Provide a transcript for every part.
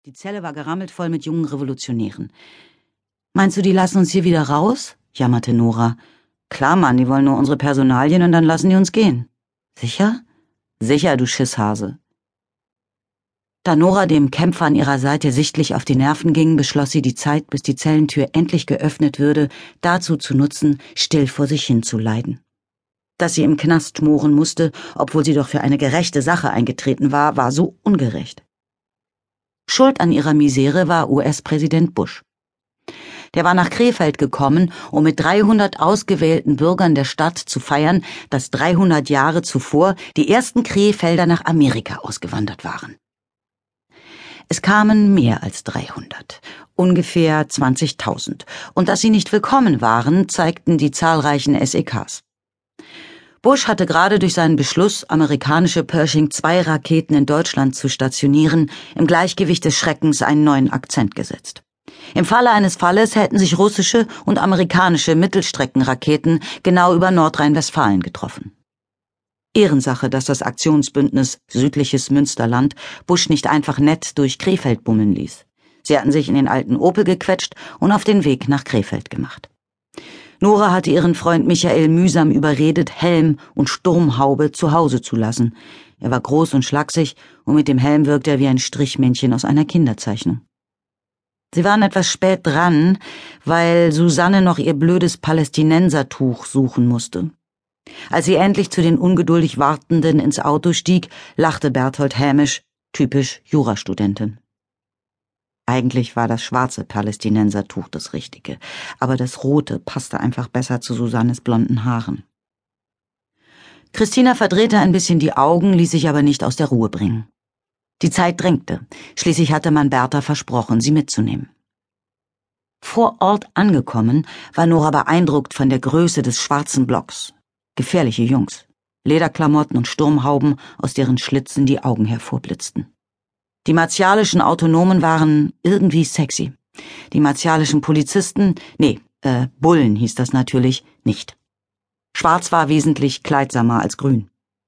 Die Zelle war gerammelt voll mit jungen Revolutionären. »Meinst du, die lassen uns hier wieder raus?« jammerte Nora. »Klar, Mann, die wollen nur unsere Personalien und dann lassen die uns gehen.« »Sicher?« »Sicher, du Schisshase.« Da Nora dem Kämpfer an ihrer Seite sichtlich auf die Nerven ging, beschloss sie, die Zeit, bis die Zellentür endlich geöffnet würde, dazu zu nutzen, still vor sich hin zu leiden. Dass sie im Knast schmoren musste, obwohl sie doch für eine gerechte Sache eingetreten war, war so ungerecht. Schuld an ihrer Misere war US-Präsident Bush. Der war nach Krefeld gekommen, um mit 300 ausgewählten Bürgern der Stadt zu feiern, dass 300 Jahre zuvor die ersten Krefelder nach Amerika ausgewandert waren. Es kamen mehr als 300, ungefähr 20.000, und dass sie nicht willkommen waren, zeigten die zahlreichen SEKs. Bush hatte gerade durch seinen Beschluss, amerikanische Pershing-2-Raketen in Deutschland zu stationieren, im Gleichgewicht des Schreckens einen neuen Akzent gesetzt. Im Falle eines Falles hätten sich russische und amerikanische Mittelstreckenraketen genau über Nordrhein-Westfalen getroffen. Ehrensache, dass das Aktionsbündnis Südliches Münsterland Bush nicht einfach nett durch Krefeld bummeln ließ. Sie hatten sich in den alten Opel gequetscht und auf den Weg nach Krefeld gemacht. Nora hatte ihren Freund Michael mühsam überredet, Helm und Sturmhaube zu Hause zu lassen. Er war groß und schlaksig und mit dem Helm wirkte er wie ein Strichmännchen aus einer Kinderzeichnung. Sie waren etwas spät dran, weil Susanne noch ihr blödes Palästinensertuch suchen musste. Als sie endlich zu den ungeduldig Wartenden ins Auto stieg, lachte Berthold hämisch, typisch Jurastudentin. Eigentlich war das schwarze Palästinensertuch das Richtige, aber das rote passte einfach besser zu Susannes blonden Haaren. Christina verdrehte ein bisschen die Augen, ließ sich aber nicht aus der Ruhe bringen. Die Zeit drängte, schließlich hatte man Bertha versprochen, sie mitzunehmen. Vor Ort angekommen, war Nora beeindruckt von der Größe des schwarzen Blocks. Gefährliche Jungs, Lederklamotten und Sturmhauben, aus deren Schlitzen die Augen hervorblitzten. Die martialischen Autonomen waren irgendwie sexy. Die martialischen Polizisten, Bullen hieß das natürlich, nicht. Schwarz war wesentlich kleidsamer als grün.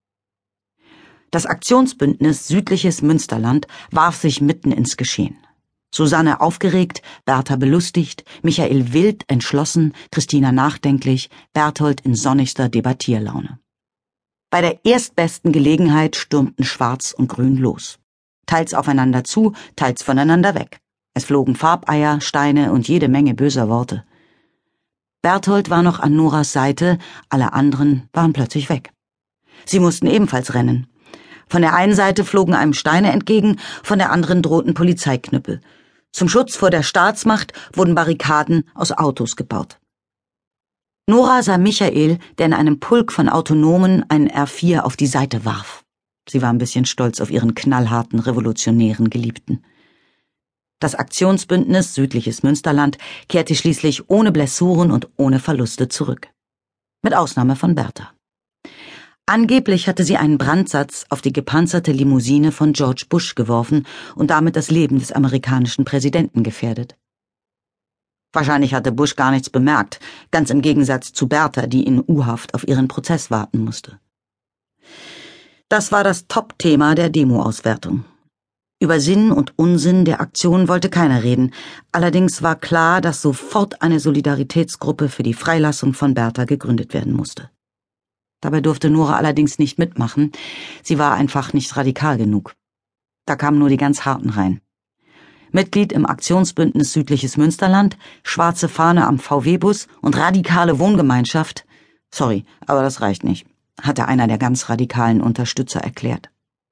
Das Aktionsbündnis Südliches Münsterland warf sich mitten ins Geschehen. Susanne aufgeregt, Bertha belustigt, Michael wild entschlossen, Christina nachdenklich, Berthold in sonnigster Debattierlaune. Bei der erstbesten Gelegenheit stürmten Schwarz und Grün los. Teils aufeinander zu, teils voneinander weg. Es flogen Farbeier, Steine und jede Menge böser Worte. Berthold war noch an Noras Seite, alle anderen waren plötzlich weg. Sie mussten ebenfalls rennen. Von der einen Seite flogen einem Steine entgegen, von der anderen drohten Polizeiknüppel. Zum Schutz vor der Staatsmacht wurden Barrikaden aus Autos gebaut. Nora sah Michael, der in einem Pulk von Autonomen einen R4 auf die Seite warf. Sie war ein bisschen stolz auf ihren knallharten, revolutionären Geliebten. Das Aktionsbündnis Südliches Münsterland kehrte schließlich ohne Blessuren und ohne Verluste zurück. Mit Ausnahme von Bertha. Angeblich hatte sie einen Brandsatz auf die gepanzerte Limousine von George Bush geworfen und damit das Leben des amerikanischen Präsidenten gefährdet. Wahrscheinlich hatte Bush gar nichts bemerkt, ganz im Gegensatz zu Bertha, die in U-Haft auf ihren Prozess warten musste. Das war das Top-Thema der Demo-Auswertung. Über Sinn und Unsinn der Aktion wollte keiner reden, allerdings war klar, dass sofort eine Solidaritätsgruppe für die Freilassung von Bertha gegründet werden musste. Dabei durfte Nora allerdings nicht mitmachen, sie war einfach nicht radikal genug. Da kamen nur die ganz Harten rein. Mitglied im Aktionsbündnis Südliches Münsterland, schwarze Fahne am VW-Bus und radikale Wohngemeinschaft. Sorry, aber das reicht nicht, hatte einer der ganz radikalen Unterstützer erklärt.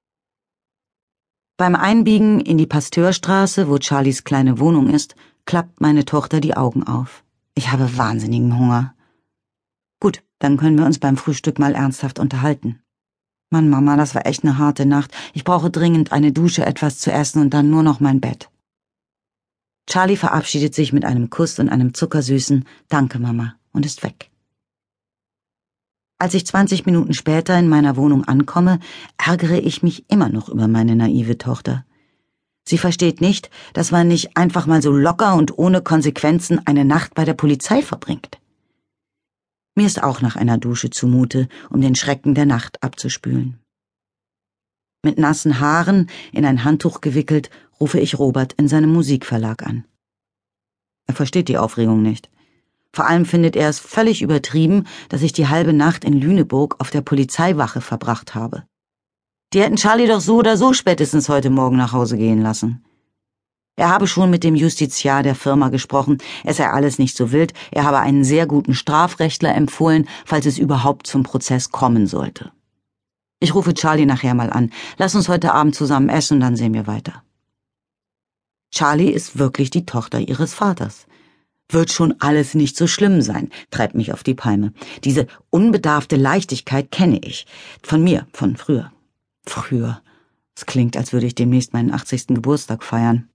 Beim Einbiegen in die Pasteurstraße, wo Charlies kleine Wohnung ist, klappt meine Tochter die Augen auf. Ich habe wahnsinnigen Hunger. Gut, dann können wir uns beim Frühstück mal ernsthaft unterhalten. Mann, Mama, das war echt eine harte Nacht. Ich brauche dringend eine Dusche, etwas zu essen und dann nur noch mein Bett. Charlie verabschiedet sich mit einem Kuss und einem zuckersüßen Danke, Mama, und ist weg. Als ich 20 Minuten später in meiner Wohnung ankomme, ärgere ich mich immer noch über meine naive Tochter. Sie versteht nicht, dass man nicht einfach mal so locker und ohne Konsequenzen eine Nacht bei der Polizei verbringt. Mir ist auch nach einer Dusche zumute, um den Schrecken der Nacht abzuspülen. Mit nassen Haaren, in ein Handtuch gewickelt, rufe ich Robert in seinem Musikverlag an. Er versteht die Aufregung nicht. Vor allem findet er es völlig übertrieben, dass ich die halbe Nacht in Lüneburg auf der Polizeiwache verbracht habe. Die hätten Charlie doch so oder so spätestens heute Morgen nach Hause gehen lassen. Er habe schon mit dem Justiziar der Firma gesprochen, es sei alles nicht so wild, er habe einen sehr guten Strafrechtler empfohlen, falls es überhaupt zum Prozess kommen sollte. Ich rufe Charlie nachher mal an. Lass uns heute Abend zusammen essen, dann sehen wir weiter. Charlie ist wirklich die Tochter ihres Vaters. Wird schon alles nicht so schlimm sein, treibt mich auf die Palme. Diese unbedarfte Leichtigkeit kenne ich. Von mir, von früher. Früher. Es klingt, als würde ich demnächst meinen 80. Geburtstag feiern.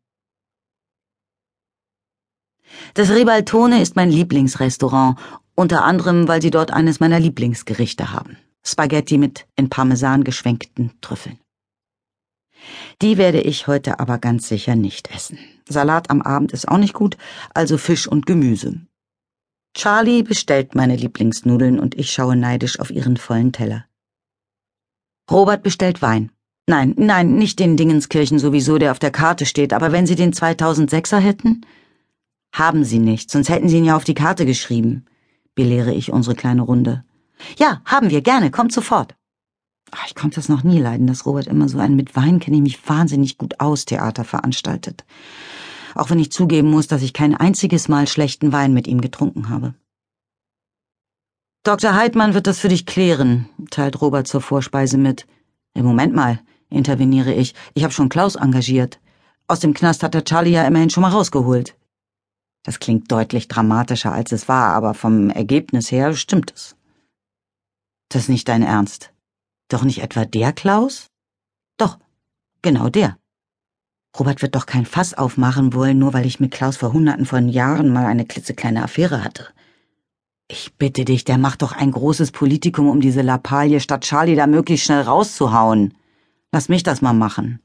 Das Ribaltone ist mein Lieblingsrestaurant, unter anderem, weil sie dort eines meiner Lieblingsgerichte haben. Spaghetti mit in Parmesan geschwenkten Trüffeln. Die werde ich heute aber ganz sicher nicht essen. Salat am Abend ist auch nicht gut, also Fisch und Gemüse. Charlie bestellt meine Lieblingsnudeln und ich schaue neidisch auf ihren vollen Teller. Robert bestellt Wein. Nein, nicht den Dingenskirchen sowieso, der auf der Karte steht, aber wenn Sie den 2006er hätten? Haben Sie nicht, sonst hätten Sie ihn ja auf die Karte geschrieben, belehre ich unsere kleine Runde. Ja, haben wir, gerne, kommt sofort. Ich konnte das noch nie leiden, dass Robert immer so ein mit Wein kenne ich mich wahnsinnig gut aus Theater veranstaltet. Auch wenn ich zugeben muss, dass ich kein einziges Mal schlechten Wein mit ihm getrunken habe. Dr. Heidmann wird das für dich klären, teilt Robert zur Vorspeise mit. Moment mal, interveniere ich. Ich habe schon Klaus engagiert. Aus dem Knast hat der Charlie ja immerhin schon mal rausgeholt. Das klingt deutlich dramatischer, als es war, aber vom Ergebnis her stimmt es. Das ist nicht dein Ernst. Doch nicht etwa der Klaus? Doch, genau der. Robert wird doch kein Fass aufmachen wollen, nur weil ich mit Klaus vor Hunderten von Jahren mal eine klitzekleine Affäre hatte. Ich bitte dich, der macht doch ein großes Politikum um diese Lappalie, statt Charlie da möglichst schnell rauszuhauen. Lass mich das mal machen.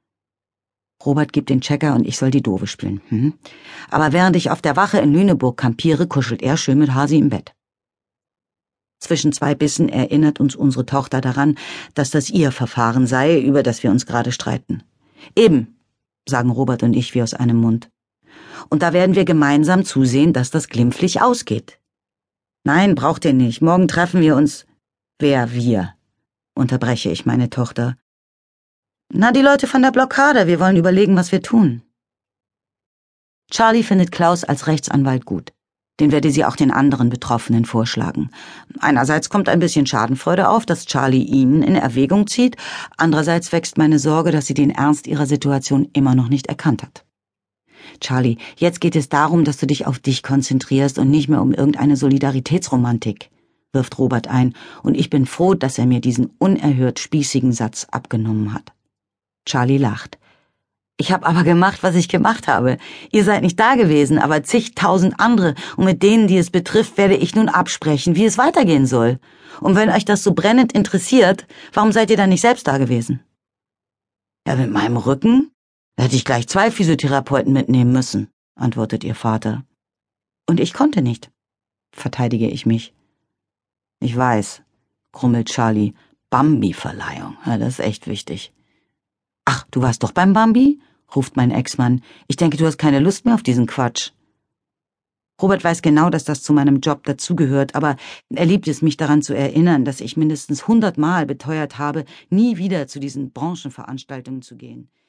Robert gibt den Checker und ich soll die Doofe spielen. Aber während ich auf der Wache in Lüneburg kampiere, kuschelt er schön mit Hasi im Bett. Zwischen 2 Bissen erinnert uns unsere Tochter daran, dass das ihr Verfahren sei, über das wir uns gerade streiten. Eben, sagen Robert und ich wie aus einem Mund. Und da werden wir gemeinsam zusehen, dass das glimpflich ausgeht. Nein, braucht ihr nicht, morgen treffen wir uns. Wer wir? Unterbreche ich meine Tochter. Na, die Leute von der Blockade, wir wollen überlegen, was wir tun. Charlie findet Klaus als Rechtsanwalt gut. Den werde sie auch den anderen Betroffenen vorschlagen. Einerseits kommt ein bisschen Schadenfreude auf, dass Charlie ihn in Erwägung zieht, andererseits wächst meine Sorge, dass sie den Ernst ihrer Situation immer noch nicht erkannt hat. Charlie, jetzt geht es darum, dass du dich auf dich konzentrierst und nicht mehr um irgendeine Solidaritätsromantik, wirft Robert ein, und ich bin froh, dass er mir diesen unerhört spießigen Satz abgenommen hat. Charlie lacht. Ich habe aber gemacht, was ich gemacht habe. Ihr seid nicht da gewesen, aber zigtausend andere, und mit denen, die es betrifft, werde ich nun absprechen, wie es weitergehen soll. Und wenn euch das so brennend interessiert, warum seid ihr dann nicht selbst da gewesen? Ja, mit meinem Rücken? Da hätte ich gleich 2 Physiotherapeuten mitnehmen müssen, antwortet ihr Vater. Und ich konnte nicht, verteidige ich mich. Ich weiß, grummelt Charlie. Bambi-Verleihung, ja, das ist echt wichtig. Ach, du warst doch beim Bambi? Ruft mein Ex-Mann. Ich denke, du hast keine Lust mehr auf diesen Quatsch. Robert weiß genau, dass das zu meinem Job dazugehört, aber er liebt es, mich daran zu erinnern, dass ich mindestens 100 Mal beteuert habe, nie wieder zu diesen Branchenveranstaltungen zu gehen.